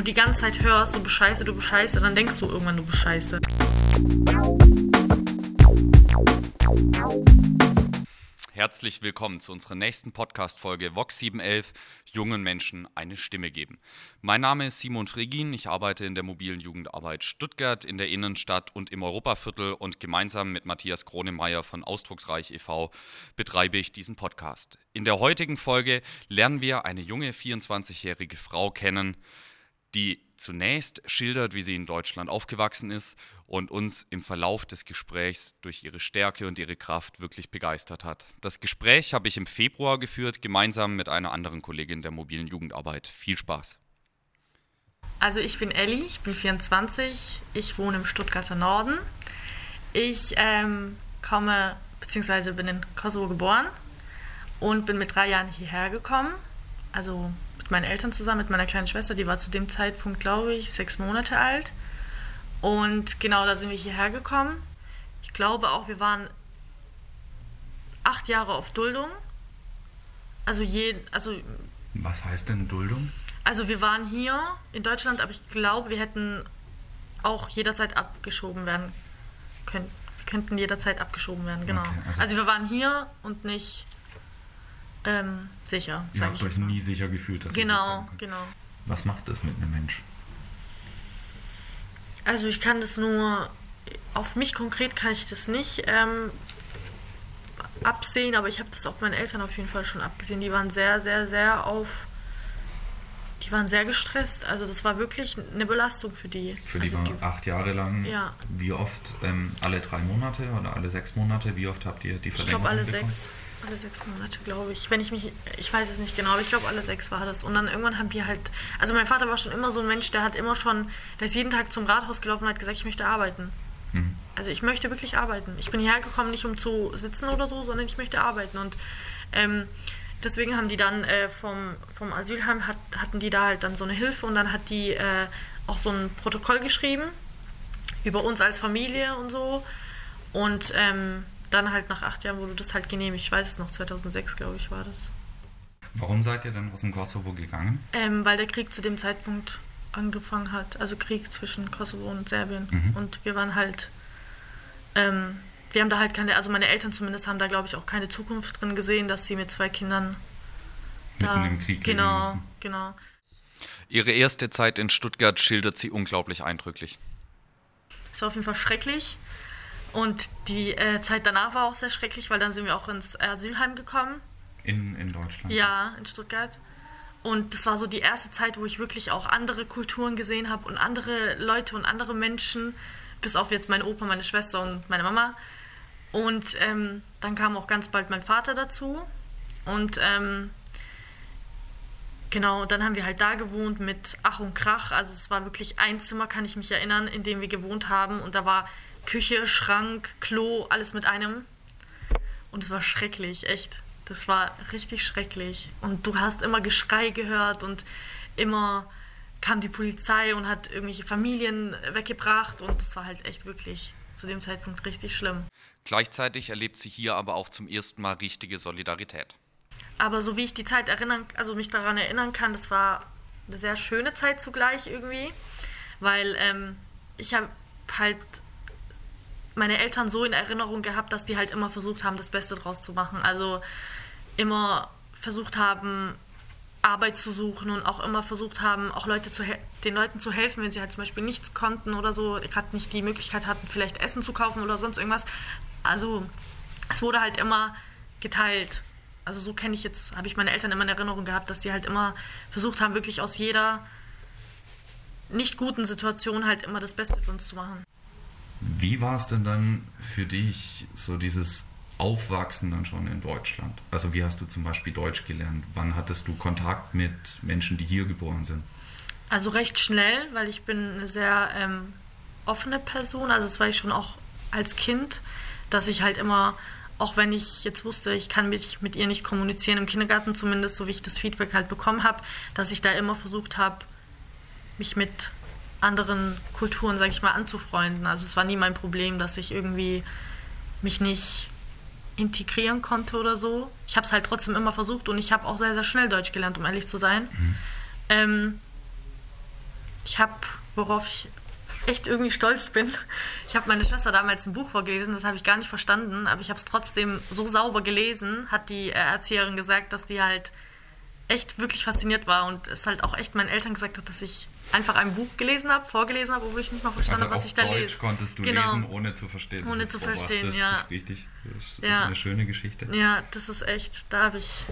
die ganze Zeit hörst, du bist scheiße, dann denkst du irgendwann, du bist scheiße. Herzlich willkommen zu unserer nächsten Podcast-Folge Vox 711, jungen Menschen eine Stimme geben. Mein Name ist Simon Fregin, ich arbeite in der mobilen Jugendarbeit Stuttgart, in der Innenstadt und im Europaviertel und gemeinsam mit Matthias Kronemeyer von Ausdrucksreich e.V. betreibe ich diesen Podcast. In der heutigen Folge lernen wir eine junge 24-jährige Frau kennen, die zunächst schildert, wie sie in Deutschland aufgewachsen ist und uns im Verlauf des Gesprächs durch ihre Stärke und ihre Kraft wirklich begeistert hat. Das Gespräch habe ich im Februar geführt, gemeinsam mit einer anderen Kollegin der mobilen Jugendarbeit. Viel Spaß! Also ich bin Elli, ich bin 24, ich wohne im Stuttgarter Norden. Ich komme, beziehungsweise bin in Kosovo geboren und bin mit 3 Jahren hierher gekommen. Also mit meinen Eltern zusammen, mit meiner kleinen Schwester, die war zu dem Zeitpunkt, glaube ich, 6 Monate alt. Und genau, da sind wir hierher gekommen. Ich glaube auch, wir waren 8 Jahre auf Duldung. Was heißt denn Duldung? Also wir waren hier in Deutschland, aber ich glaube, wir hätten auch jederzeit abgeschoben werden können. Wir könnten jederzeit abgeschoben werden, genau. Okay, also wir waren hier und nicht sicher. Ihr habt euch nie sicher gefühlt, dass genau. Was macht das mit einem Mensch? Also ich kann das nur, auf mich konkret kann ich das nicht absehen, aber ich habe das auf meine Eltern auf jeden Fall schon abgesehen. Die waren sehr gestresst. Also das war wirklich eine Belastung für die. Waren 8 Jahre lang. Ja. Wie oft? Alle 3 Monate oder alle 6 Monate? Wie oft habt ihr die Verlängerung bekommen? Ich glaube alle 6 Monate, glaube ich. Ich weiß es nicht genau, aber ich glaube alle 6 war das. Und dann irgendwann haben die halt, also mein Vater war schon immer so ein Mensch, der ist jeden Tag zum Rathaus gelaufen und hat gesagt, ich möchte arbeiten. Mhm. Also ich möchte wirklich arbeiten. Ich bin hierher gekommen, nicht um zu sitzen oder so, sondern ich möchte arbeiten. Und deswegen haben die dann vom Asylheim hatten die da halt dann so eine Hilfe und dann hat die auch so ein Protokoll geschrieben über uns als Familie und so. Und dann halt nach 8 Jahren wurde das halt genehmigt. Ich weiß es noch, 2006, glaube ich, war das. Warum seid ihr denn aus dem Kosovo gegangen? Weil der Krieg zu dem Zeitpunkt angefangen hat. Also Krieg zwischen Kosovo und Serbien. Mhm. Und wir waren halt, wir haben da halt also meine Eltern zumindest haben da, glaube ich, auch keine Zukunft drin gesehen, dass sie mit 2 Kindern mitten im Krieg leben müssen. Genau. Ihre erste Zeit in Stuttgart schildert sie unglaublich eindrücklich. Es war auf jeden Fall schrecklich. Und die Zeit danach war auch sehr schrecklich, weil dann sind wir auch ins Asylheim gekommen. In Deutschland? Ja, in Stuttgart. Und das war so die erste Zeit, wo ich wirklich auch andere Kulturen gesehen habe und andere Leute und andere Menschen, bis auf jetzt mein Opa, meine Schwester und meine Mama. Und dann kam auch ganz bald mein Vater dazu. Und genau, dann haben wir halt da gewohnt mit Ach und Krach. Also es war wirklich ein Zimmer, kann ich mich erinnern, in dem wir gewohnt haben. Und da war Küche, Schrank, Klo, alles mit einem. Und es war schrecklich, echt. Das war richtig schrecklich. Und du hast immer Geschrei gehört und immer kam die Polizei und hat irgendwelche Familien weggebracht. Und das war halt echt wirklich zu dem Zeitpunkt richtig schlimm. Gleichzeitig erlebt sie hier aber auch zum ersten Mal richtige Solidarität. Aber so wie ich die Zeit mich daran erinnern kann, das war eine sehr schöne Zeit zugleich irgendwie. Weil ich habe halt meine Eltern so in Erinnerung gehabt, dass die halt immer versucht haben, das Beste draus zu machen. Also immer versucht haben, Arbeit zu suchen und auch immer versucht haben, auch den Leuten zu helfen, wenn sie halt zum Beispiel nichts konnten oder so, gerade nicht die Möglichkeit hatten, vielleicht Essen zu kaufen oder sonst irgendwas. Also es wurde halt immer geteilt. Also so habe ich meine Eltern immer in Erinnerung gehabt, dass die halt immer versucht haben, wirklich aus jeder nicht guten Situation halt immer das Beste für uns zu machen. Wie war es denn dann für dich, so dieses Aufwachsen dann schon in Deutschland? Also wie hast du zum Beispiel Deutsch gelernt? Wann hattest du Kontakt mit Menschen, die hier geboren sind? Also recht schnell, weil ich bin eine sehr offene Person. Also das war ich schon auch als Kind, dass ich halt immer, auch wenn ich jetzt wusste, ich kann mich mit ihr nicht kommunizieren, im Kindergarten zumindest, so wie ich das Feedback halt bekommen habe, dass ich da immer versucht habe, mich mit anderen Kulturen, sage ich mal, anzufreunden. Also es war nie mein Problem, dass ich irgendwie mich nicht integrieren konnte oder so. Ich habe es halt trotzdem immer versucht und ich habe auch sehr, sehr schnell Deutsch gelernt, um ehrlich zu sein. Mhm. worauf ich echt irgendwie stolz bin, ich habe meine Schwester damals ein Buch vorgelesen, das habe ich gar nicht verstanden, aber ich habe es trotzdem so sauber gelesen, hat die Erzieherin gesagt, dass die halt echt wirklich fasziniert war und es halt auch echt meinen Eltern gesagt hat, dass ich einfach ein Buch vorgelesen habe, obwohl ich nicht mal verstanden habe, was ich da lese. Auf Deutsch konntest du lesen, ohne zu verstehen. Ohne zu verstehen, das ja. Das ist richtig. Das ist eine schöne Geschichte. Ja, das ist echt, da habe ich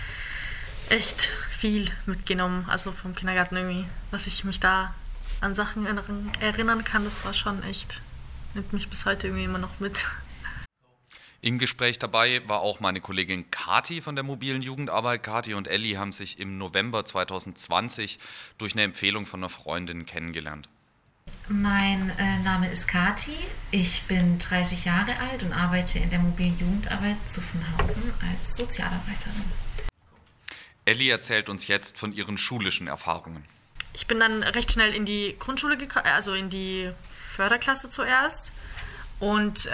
echt viel mitgenommen, also vom Kindergarten irgendwie, was ich mich da an Sachen erinnern kann, das war schon echt, nimmt mich bis heute irgendwie immer noch mit. Im Gespräch dabei war auch meine Kollegin Kathi von der mobilen Jugendarbeit. Kathi und Elli haben sich im November 2020 durch eine Empfehlung von einer Freundin kennengelernt. Mein Name ist Kathi, ich bin 30 Jahre alt und arbeite in der mobilen Jugendarbeit Zuffenhausen als Sozialarbeiterin. Elli erzählt uns jetzt von ihren schulischen Erfahrungen. Ich bin dann recht schnell in die Grundschule gekommen, also in die Förderklasse zuerst und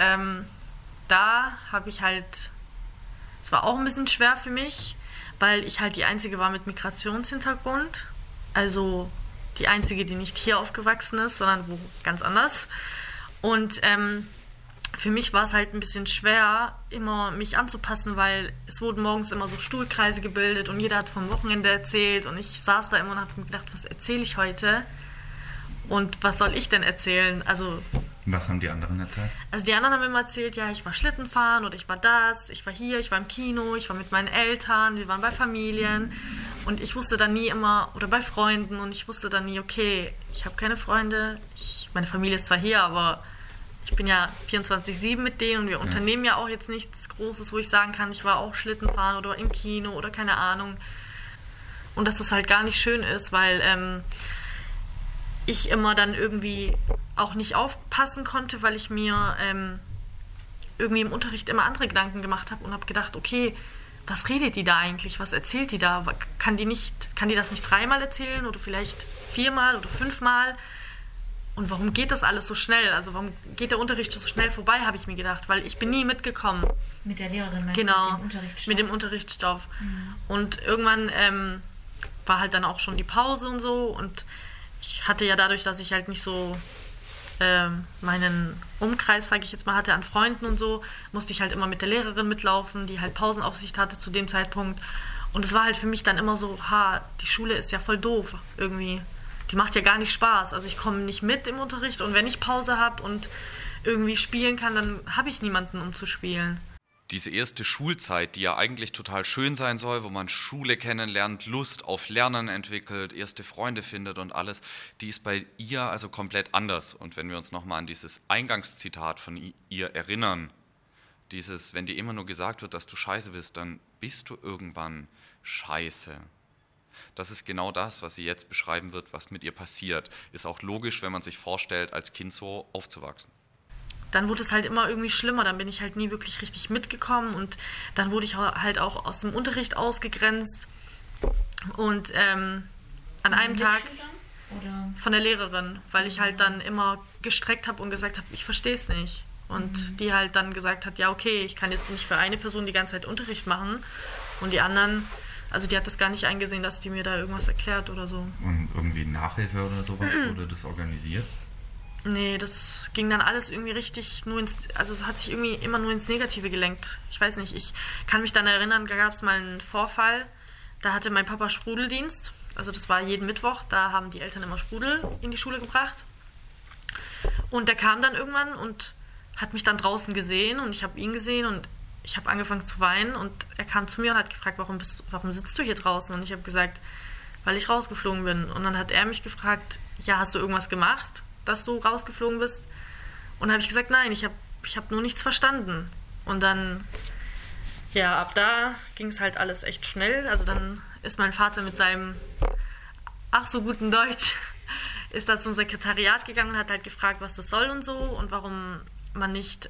da habe ich halt, es war auch ein bisschen schwer für mich, weil ich halt die Einzige war mit Migrationshintergrund, also die Einzige, die nicht hier aufgewachsen ist, sondern wo ganz anders. Und für mich war es halt ein bisschen schwer, immer mich anzupassen, weil es wurden morgens immer so Stuhlkreise gebildet und jeder hat vom Wochenende erzählt und ich saß da immer und habe mir gedacht, was erzähle ich heute und was soll ich denn erzählen? Also was haben die anderen erzählt? Also die anderen haben immer erzählt, ja, ich war Schlitten fahren oder ich war das, ich war hier, ich war im Kino, ich war mit meinen Eltern, wir waren bei Familien und ich wusste dann nie immer, oder bei Freunden und ich wusste dann nie, okay, ich habe keine Freunde, meine Familie ist zwar hier, aber ich bin ja 24/7 mit denen und wir unternehmen ja auch jetzt nichts Großes, wo ich sagen kann, ich war auch Schlitten fahren oder im Kino oder keine Ahnung. Und dass das halt gar nicht schön ist, weil ich immer dann irgendwie auch nicht aufpassen konnte, weil ich mir irgendwie im Unterricht immer andere Gedanken gemacht habe und habe gedacht, okay, was redet die da eigentlich? Was erzählt die da? Kann die das nicht 3-mal erzählen oder vielleicht 4-mal oder 5-mal? Und warum geht das alles so schnell? Also warum geht der Unterricht so schnell vorbei, habe ich mir gedacht, weil ich bin nie mitgekommen. Mit der Lehrerin meinst genau, du, mit dem Unterrichtsstoff? Mit dem Unterrichtsstoff. Und irgendwann war halt dann auch schon die Pause und so und ich hatte ja dadurch, dass ich halt nicht so meinen Umkreis, sage ich jetzt mal, hatte an Freunden und so, musste ich halt immer mit der Lehrerin mitlaufen, die halt Pausenaufsicht hatte zu dem Zeitpunkt. Und es war halt für mich dann immer so, die Schule ist ja voll doof irgendwie. Die macht ja gar nicht Spaß. Also ich komme nicht mit im Unterricht und wenn ich Pause habe und irgendwie spielen kann, dann habe ich niemanden, um zu spielen. Diese erste Schulzeit, die ja eigentlich total schön sein soll, wo man Schule kennenlernt, Lust auf Lernen entwickelt, erste Freunde findet und alles, die ist bei ihr also komplett anders. Und wenn wir uns nochmal an dieses Eingangszitat von ihr erinnern, wenn dir immer nur gesagt wird, dass du scheiße bist, dann bist du irgendwann scheiße. Das ist genau das, was sie jetzt beschreiben wird, was mit ihr passiert. Ist auch logisch, wenn man sich vorstellt, als Kind so aufzuwachsen. Dann wurde es halt immer irgendwie schlimmer, dann bin ich halt nie wirklich richtig mitgekommen und dann wurde ich halt auch aus dem Unterricht ausgegrenzt und an einem Tag oder? Von der Lehrerin, weil ich halt dann immer gestreckt habe und gesagt habe, ich verstehe es nicht und die halt dann gesagt hat, ja okay, ich kann jetzt nicht für eine Person die ganze Zeit Unterricht machen und die anderen, also die hat das gar nicht eingesehen, dass die mir da irgendwas erklärt oder so. Und irgendwie Nachhilfe oder sowas, wurde das organisiert? Nee, das ging dann alles irgendwie richtig also es hat sich irgendwie immer nur ins Negative gelenkt. Ich weiß nicht, ich kann mich dann erinnern, da gab es mal einen Vorfall, da hatte mein Papa Sprudeldienst, also das war jeden Mittwoch, da haben die Eltern immer Sprudel in die Schule gebracht. Und der kam dann irgendwann und hat mich dann draußen gesehen und ich habe ihn gesehen und ich habe angefangen zu weinen und er kam zu mir und hat gefragt, warum sitzt du hier draußen? Und ich habe gesagt, weil ich rausgeflogen bin. Und dann hat er mich gefragt, ja, hast du irgendwas gemacht, dass du rausgeflogen bist? Und dann habe ich gesagt, nein, ich hab nur nichts verstanden. Und dann, ja, ab da ging es halt alles echt schnell. Also dann ist mein Vater mit seinem ach so guten Deutsch, ist da zum Sekretariat gegangen und hat halt gefragt, was das soll und so und warum man nicht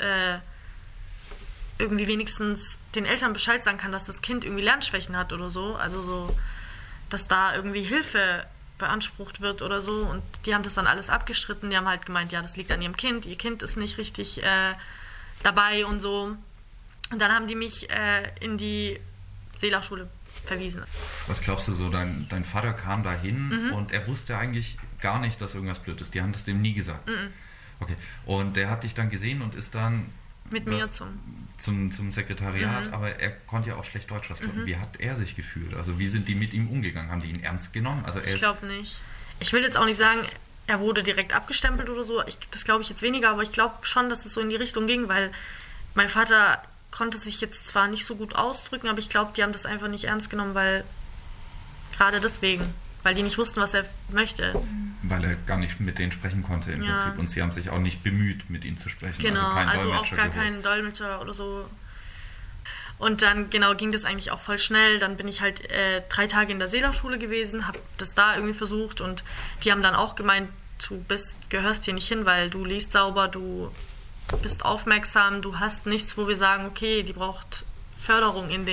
irgendwie wenigstens den Eltern Bescheid sagen kann, dass das Kind irgendwie Lernschwächen hat oder so. Also so, dass da irgendwie Hilfe beansprucht wird oder so. Und die haben das dann alles abgestritten. Die haben halt gemeint, ja, das liegt an ihrem Kind. Ihr Kind ist nicht richtig dabei und so. Und dann haben die mich in die Seelachschule verwiesen. Was glaubst du so, dein Vater kam da hin und er wusste eigentlich gar nicht, dass irgendwas blöd ist. Die haben das dem nie gesagt. Okay. Und der hat dich dann gesehen und ist dann Mit mir zum Sekretariat, aber er konnte ja auch schlecht Deutsch. Wie hat er sich gefühlt? Also wie sind die mit ihm umgegangen? Haben die ihn ernst genommen? Also ich glaube nicht. Ich will jetzt auch nicht sagen, er wurde direkt abgestempelt oder so. Das glaube ich jetzt weniger, aber ich glaube schon, dass es so in die Richtung ging, weil mein Vater konnte sich jetzt zwar nicht so gut ausdrücken, aber ich glaube, die haben das einfach nicht ernst genommen, weil gerade deswegen, weil die nicht wussten, was er möchte. Weil er gar nicht mit denen sprechen konnte im Prinzip und sie haben sich auch nicht bemüht, mit ihm zu sprechen. Genau, also auch gar keinen Dolmetscher oder so. Und dann, ging das eigentlich auch voll schnell. Dann bin ich halt 3 Tage in der Seelachschule gewesen, habe das da irgendwie versucht und die haben dann auch gemeint, du gehörst hier nicht hin, weil du liest sauber, du bist aufmerksam, du hast nichts, wo wir sagen, okay, die braucht Förderung in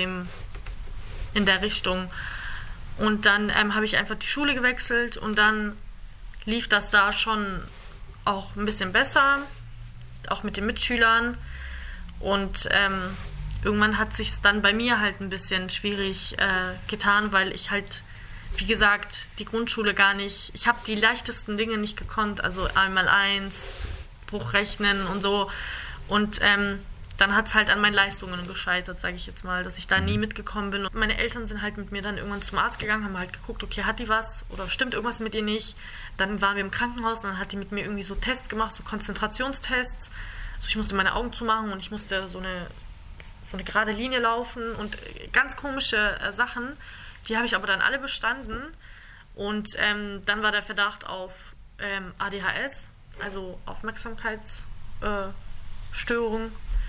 der Richtung. Und dann habe ich einfach die Schule gewechselt und dann lief das da schon auch ein bisschen besser, auch mit den Mitschülern. Und irgendwann hat sich es dann bei mir halt ein bisschen schwierig getan, weil ich halt, wie gesagt, die Grundschule gar nicht, ich habe die leichtesten Dinge nicht gekonnt, also 1x1, Bruchrechnen und so. Und dann hat es halt an meinen Leistungen gescheitert, sage ich jetzt mal, dass ich da nie mitgekommen bin. Und meine Eltern sind halt mit mir dann irgendwann zum Arzt gegangen, haben halt geguckt, okay, hat die was oder stimmt irgendwas mit ihr nicht. Dann waren wir im Krankenhaus und dann hat die mit mir irgendwie so Tests gemacht, so Konzentrationstests. Also ich musste meine Augen zumachen und ich musste so eine gerade Linie laufen und ganz komische Sachen. Die habe ich aber dann alle bestanden. Und dann war der Verdacht auf ADHS, also Aufmerksamkeitsstörung.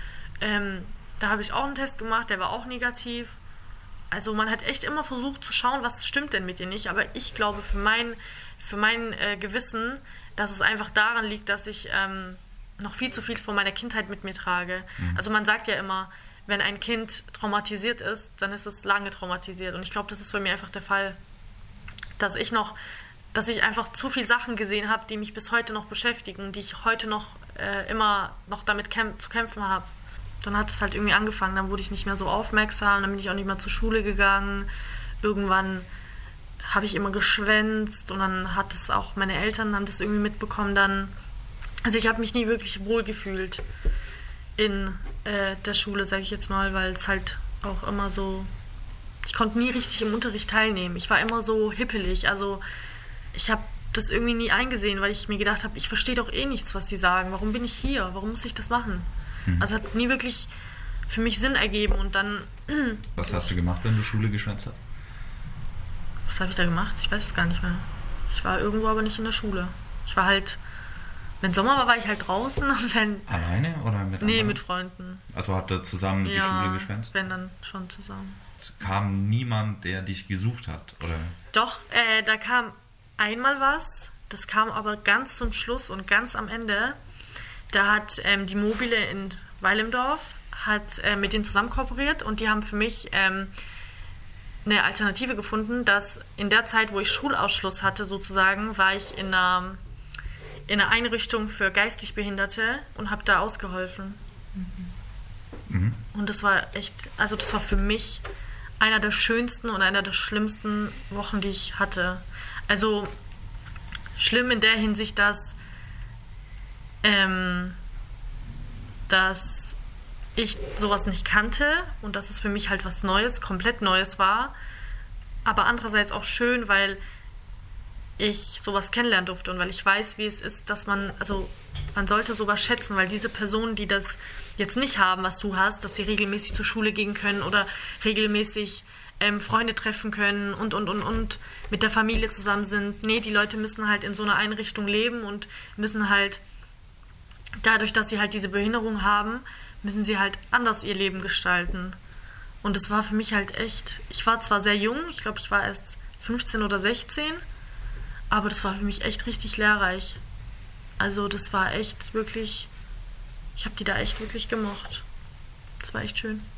Da habe ich auch einen Test gemacht, der war auch negativ. Also man hat echt immer versucht zu schauen, was stimmt denn mit dir nicht. Aber ich glaube für mein Gewissen, dass es einfach daran liegt, dass ich noch viel zu viel von meiner Kindheit mit mir trage. Also man sagt ja immer, wenn ein Kind traumatisiert ist, dann ist es lange traumatisiert. Und ich glaube, das ist bei mir einfach der Fall, dass ich einfach zu viele Sachen gesehen habe, die mich bis heute noch beschäftigen, die ich heute noch immer noch damit zu kämpfen habe. Dann hat es halt irgendwie angefangen, dann wurde ich nicht mehr so aufmerksam, dann bin ich auch nicht mehr zur Schule gegangen. Irgendwann habe ich immer geschwänzt und dann hat es auch, meine Eltern haben das irgendwie mitbekommen dann. Also ich habe mich nie wirklich wohl gefühlt in der Schule, sage ich jetzt mal, weil es halt auch immer so, ich konnte nie richtig im Unterricht teilnehmen. Ich war immer so hippelig, also ich habe das irgendwie nie eingesehen, weil ich mir gedacht habe, ich verstehe doch eh nichts, was die sagen. Warum bin ich hier? Warum muss ich das machen? Also hat nie wirklich für mich Sinn ergeben und dann... Was hast du gemacht, wenn du Schule geschwänzt hast? Was habe ich da gemacht? Ich weiß es gar nicht mehr. Ich war irgendwo aber nicht in der Schule. Ich war halt... Wenn Sommer war ich halt draußen und wenn... Alleine oder mit anderen? Nee, mit Freunden. Also habt ihr zusammen die Schule geschwänzt? Wenn dann schon zusammen. Es kam niemand, der dich gesucht hat, oder? Doch, da kam einmal was. Das kam aber ganz zum Schluss und ganz am Ende. Da hat die Mobile in Weilimdorf mit denen zusammen kooperiert und die haben für mich eine Alternative gefunden, dass in der Zeit, wo ich Schulausschluss hatte sozusagen, war ich in einer Einrichtung für geistig Behinderte und habe da ausgeholfen. Und das war echt, also das war für mich einer der schönsten und einer der schlimmsten Wochen, die ich hatte. Also schlimm in der Hinsicht, dass ich sowas nicht kannte und dass es für mich halt was Neues, komplett Neues war. Aber andererseits auch schön, weil ich sowas kennenlernen durfte und weil ich weiß, wie es ist, dass man sollte sowas schätzen, weil diese Personen, die das jetzt nicht haben, was du hast, dass sie regelmäßig zur Schule gehen können oder regelmäßig Freunde treffen können und mit der Familie zusammen sind. Nee, die Leute müssen halt in so einer Einrichtung leben und müssen halt, dadurch, dass sie halt diese Behinderung haben, müssen sie halt anders ihr Leben gestalten. Und es war für mich halt echt, ich war zwar sehr jung, ich glaube, ich war erst 15 oder 16, aber das war für mich echt richtig lehrreich. Also das war echt wirklich, ich habe die da echt wirklich gemocht. Das war echt schön.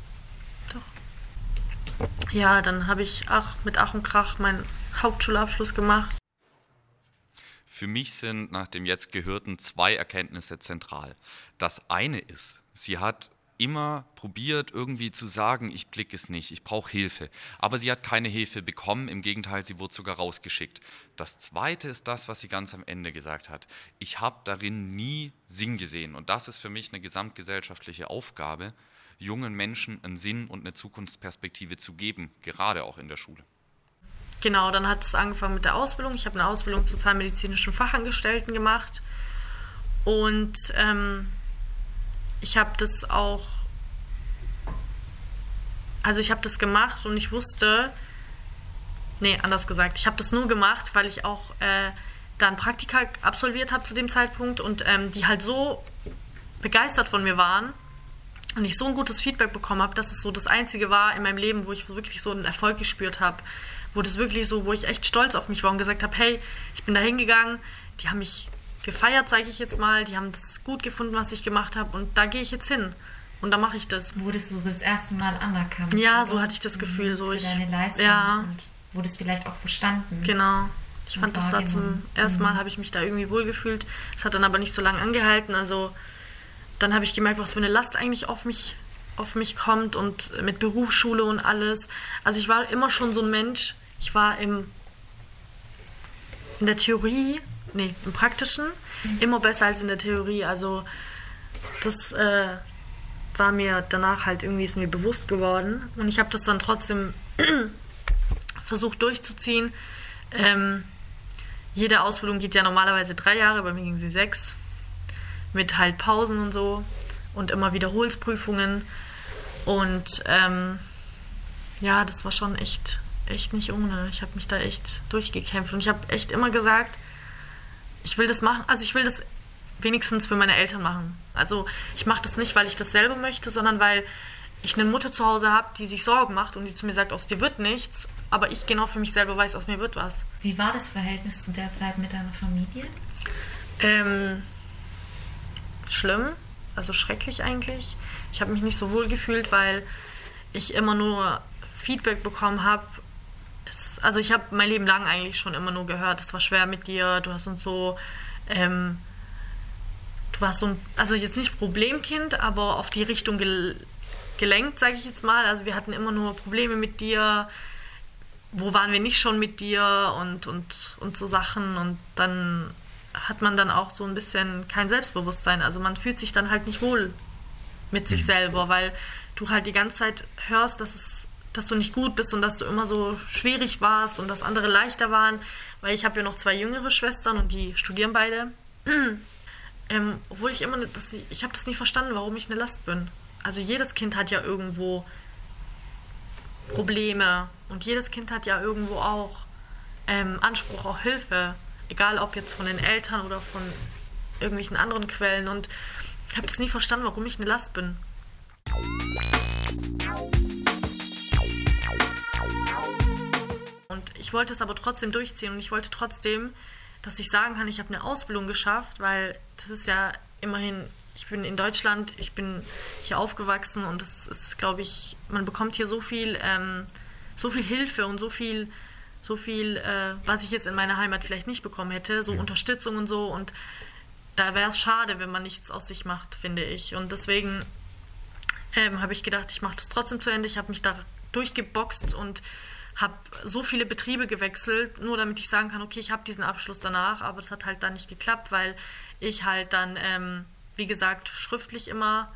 Doch. Ja, dann habe ich mit Ach und Krach meinen Hauptschulabschluss gemacht. Für mich sind nach dem jetzt Gehörten 2 Erkenntnisse zentral. Das eine ist, sie hat immer probiert, irgendwie zu sagen, ich blicke es nicht, ich brauche Hilfe. Aber sie hat keine Hilfe bekommen, im Gegenteil, sie wurde sogar rausgeschickt. Das Zweite ist das, was sie ganz am Ende gesagt hat. Ich habe darin nie Sinn gesehen. Und das ist für mich eine gesamtgesellschaftliche Aufgabe, jungen Menschen einen Sinn und eine Zukunftsperspektive zu geben, gerade auch in der Schule. Genau, dann hat es angefangen mit der Ausbildung. Ich habe eine Ausbildung zur zahnmedizinischen Fachangestellten gemacht. Und ich habe das auch, also ich habe das gemacht und ich wusste, anders gesagt, ich habe das nur gemacht, weil ich auch da ein Praktika absolviert habe zu dem Zeitpunkt und die halt so begeistert von mir waren und ich so ein gutes Feedback bekommen habe, dass es so das Einzige war in meinem Leben, wo ich wirklich so einen Erfolg gespürt habe, wo ich echt stolz auf mich war und gesagt habe, hey, ich bin da hingegangen, die haben mich gefeiert, sage ich jetzt mal, die haben das gut gefunden, was ich gemacht habe und da gehe ich jetzt hin und da mache ich das. Wurdest du das erste Mal anerkannt? Ja, oder? So hatte ich das Gefühl. Für deine Leistung und wurdest vielleicht auch verstanden. Genau. Ich fand das da zum ersten Mal, habe ich mich da irgendwie wohlgefühlt. Es hat dann aber nicht so lange angehalten, also dann habe ich gemerkt, was für eine Last eigentlich auf mich kommt und mit Berufsschule und alles. Also ich war immer schon so ein Mensch, ich war in der Theorie, im Praktischen, immer besser als in der Theorie. Also das war mir danach halt irgendwie, ist mir bewusst geworden. Und ich habe das dann trotzdem versucht durchzuziehen. Jede Ausbildung geht ja normalerweise 3 Jahre, bei mir ging sie 6. Mit halt Pausen und so und immer Wiederholungsprüfungen. Und das war schon echt nicht ohne. Ich habe mich da echt durchgekämpft und ich habe echt immer gesagt, ich will das machen, also ich will das wenigstens für meine Eltern machen. Also ich mache das nicht, weil ich das selber möchte, sondern weil ich eine Mutter zu Hause habe, die sich Sorgen macht und die zu mir sagt, aus dir wird nichts, aber ich genau für mich selber weiß, aus mir wird was. Wie war das Verhältnis zu der Zeit mit deiner Familie? Schlimm, also schrecklich eigentlich. Ich habe mich nicht so wohl gefühlt, weil ich immer nur Feedback bekommen habe. Also ich habe mein Leben lang eigentlich schon immer nur gehört, es war schwer mit dir, du hast uns so, du warst so ein, also jetzt nicht Problemkind, aber auf die Richtung gelenkt, sage ich jetzt mal. Also wir hatten immer nur Probleme mit dir, wo waren wir nicht schon mit dir und so Sachen und dann hat man dann auch so ein bisschen kein Selbstbewusstsein. Also man fühlt sich dann halt nicht wohl mit sich selber, weil du halt die ganze Zeit hörst, dass du nicht gut bist und dass du immer so schwierig warst und dass andere leichter waren, weil ich habe ja noch 2 jüngere Schwestern und die studieren beide. Obwohl ich habe das nie verstanden, warum ich eine Last bin. Also jedes Kind hat ja irgendwo Probleme und jedes Kind hat ja irgendwo auch Anspruch auf Hilfe, egal ob jetzt von den Eltern oder von irgendwelchen anderen Quellen und ich habe das nie verstanden, warum ich eine Last bin. Und ich wollte es aber trotzdem durchziehen und ich wollte trotzdem, dass ich sagen kann, ich habe eine Ausbildung geschafft, weil das ist ja immerhin, ich bin in Deutschland, ich bin hier aufgewachsen und das ist, glaube ich, man bekommt hier so viel Hilfe und so viel, was ich jetzt in meiner Heimat vielleicht nicht bekommen hätte, so Unterstützung und so und da wäre es schade, wenn man nichts aus sich macht, finde ich. Und deswegen habe ich gedacht, ich mache das trotzdem zu Ende. Ich habe mich da durchgeboxt und habe so viele Betriebe gewechselt, nur damit ich sagen kann, okay, ich habe diesen Abschluss danach, aber das hat halt dann nicht geklappt, weil ich halt dann, wie gesagt, schriftlich immer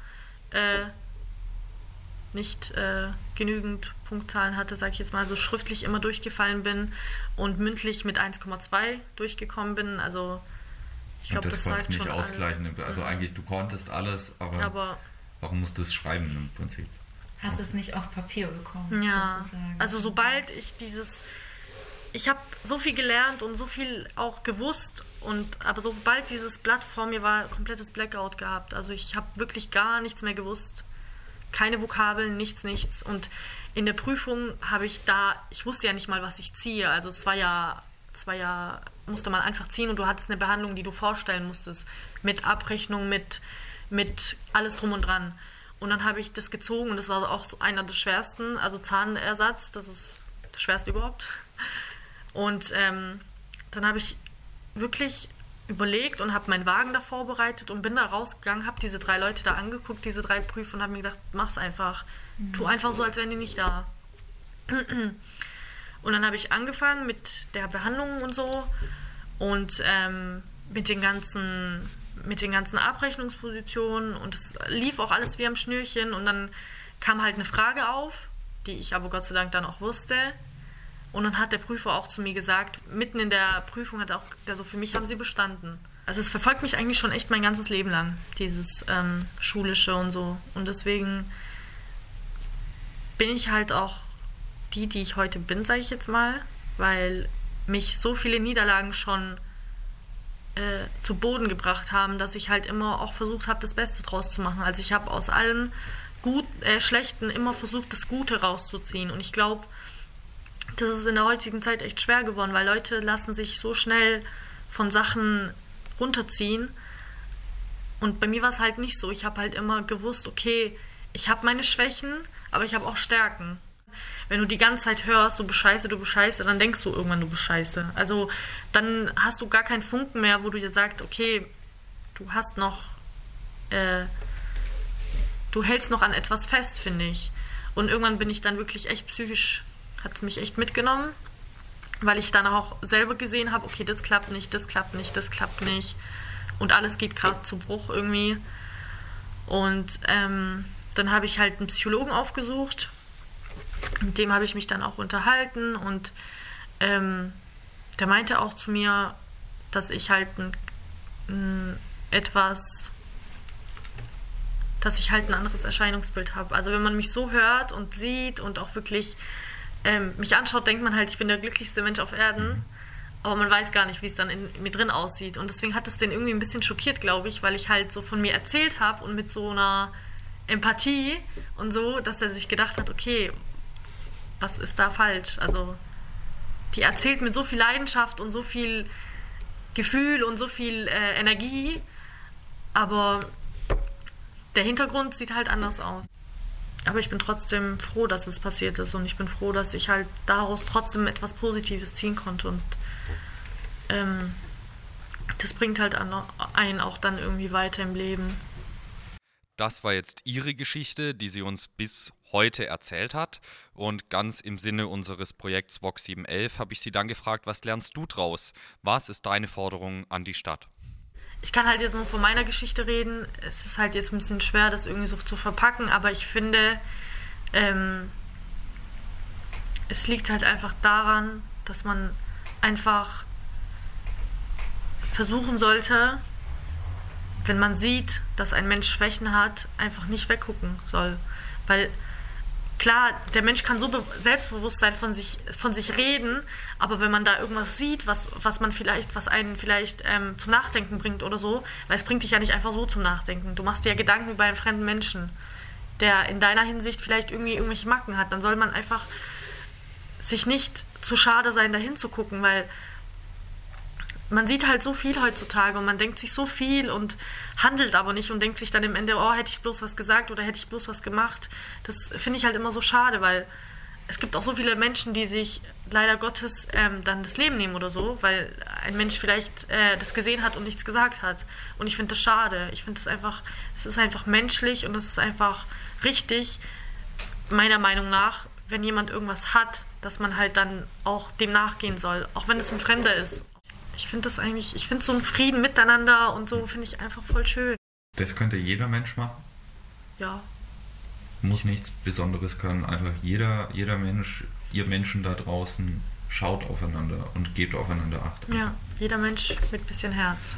nicht genügend Punktzahlen hatte, sage ich jetzt mal, so schriftlich immer durchgefallen bin und mündlich mit 1,2 durchgekommen bin, also ich glaube, das sagt schon alles. Ausgleichen. Also eigentlich, du konntest alles, aber warum musst du es schreiben im Prinzip? Hast du es nicht auf Papier bekommen, ja, sozusagen? Also sobald ich ich habe so viel gelernt und so viel auch gewusst, aber sobald dieses Blatt vor mir war, komplettes Blackout gehabt. Also ich habe wirklich gar nichts mehr gewusst. Keine Vokabeln, nichts. Und in der Prüfung ich wusste ja nicht mal, was ich ziehe. Also es war ja musste man einfach ziehen und du hattest eine Behandlung, die du vorstellen musstest. Mit Abrechnung, mit alles drum und dran. Und dann habe ich das gezogen und das war auch so einer der schwersten, also Zahnersatz, das ist das schwerste überhaupt. Und dann habe ich wirklich überlegt und habe meinen Wagen da vorbereitet und bin da rausgegangen, habe diese 3 Leute da angeguckt, diese 3 Prüfer und habe mir gedacht, mach's einfach. Tu einfach so, als wären die nicht da. Und dann habe ich angefangen mit der Behandlung und so und mit den ganzen Abrechnungspositionen und es lief auch alles wie am Schnürchen und dann kam halt eine Frage auf, die ich aber Gott sei Dank dann auch wusste. Und dann hat der Prüfer auch zu mir gesagt, mitten in der Prüfung hat er auch der so, für mich haben sie bestanden. Also es verfolgt mich eigentlich schon echt mein ganzes Leben lang, dieses Schulische und so. Und deswegen bin ich halt auch die ich heute bin, sage ich jetzt mal, weil mich so viele Niederlagen schon zu Boden gebracht haben, dass ich halt immer auch versucht habe, das Beste draus zu machen. Also ich habe aus allem Schlechten immer versucht, das Gute rauszuziehen. Und ich glaube, das ist in der heutigen Zeit echt schwer geworden, weil Leute lassen sich so schnell von Sachen runterziehen. Und bei mir war es halt nicht so. Ich habe halt immer gewusst, okay, ich habe meine Schwächen, aber ich habe auch Stärken. Wenn du die ganze Zeit hörst, du bist scheiße, dann denkst du irgendwann, du bist scheiße. Also dann hast du gar keinen Funken mehr, wo du dir sagst, okay, du hast noch, du hältst noch an etwas fest, finde ich. Und irgendwann bin ich dann wirklich echt psychisch, hat es mich echt mitgenommen, weil ich dann auch selber gesehen habe, okay, das klappt nicht. Und alles geht gerade zu Bruch irgendwie. Und dann habe ich halt einen Psychologen aufgesucht. Mit dem habe ich mich dann auch unterhalten und der meinte auch zu mir, dass ich halt ein anderes Erscheinungsbild habe. Also wenn man mich so hört und sieht und auch wirklich mich anschaut, denkt man halt, ich bin der glücklichste Mensch auf Erden, aber man weiß gar nicht, wie es dann in mir drin aussieht. Und deswegen hat es den irgendwie ein bisschen schockiert, glaube ich, weil ich halt so von mir erzählt habe und mit so einer Empathie und so, dass er sich gedacht hat, okay, was ist da falsch? Also die erzählt mit so viel Leidenschaft und so viel Gefühl und so viel Energie, aber der Hintergrund sieht halt anders aus. Aber ich bin trotzdem froh, dass es passiert ist und ich bin froh, dass ich halt daraus trotzdem etwas Positives ziehen konnte und das bringt halt einen auch dann irgendwie weiter im Leben. Das war jetzt ihre Geschichte, die sie uns bis heute erzählt hat. Und ganz im Sinne unseres Projekts VOX 711 habe ich sie dann gefragt, was lernst du draus? Was ist deine Forderung an die Stadt? Ich kann halt jetzt nur von meiner Geschichte reden. Es ist halt jetzt ein bisschen schwer, das irgendwie so zu verpacken, aber ich finde, es liegt halt einfach daran, dass man einfach versuchen sollte, wenn man sieht, dass ein Mensch Schwächen hat, einfach nicht weggucken soll. Weil klar, der Mensch kann so Selbstbewusstsein von sich reden, aber wenn man da irgendwas sieht, was einen vielleicht zum Nachdenken bringt oder so, weil es bringt dich ja nicht einfach so zum Nachdenken. Du machst dir ja Gedanken über einen fremden Menschen, der in deiner Hinsicht vielleicht irgendwie irgendwelche Macken hat. Dann soll man einfach sich nicht zu schade sein, da hinzugucken, weil man sieht halt so viel heutzutage und man denkt sich so viel und handelt aber nicht und denkt sich dann im Ende, oh, hätte ich bloß was gesagt oder hätte ich bloß was gemacht. Das finde ich halt immer so schade, weil es gibt auch so viele Menschen, die sich leider Gottes dann das Leben nehmen oder so, weil ein Mensch vielleicht das gesehen hat und nichts gesagt hat. Und ich finde das schade. Ich finde es ist einfach menschlich und es ist einfach richtig, meiner Meinung nach, wenn jemand irgendwas hat, dass man halt dann auch dem nachgehen soll, auch wenn es ein Fremder ist. Ich finde so einen Frieden miteinander und so finde ich einfach voll schön. Das könnte jeder Mensch machen? Ja. Muss nichts Besonderes können. Einfach jeder Mensch, ihr Menschen da draußen, schaut aufeinander und gebt aufeinander Acht. Ja, jeder Mensch mit bisschen Herz.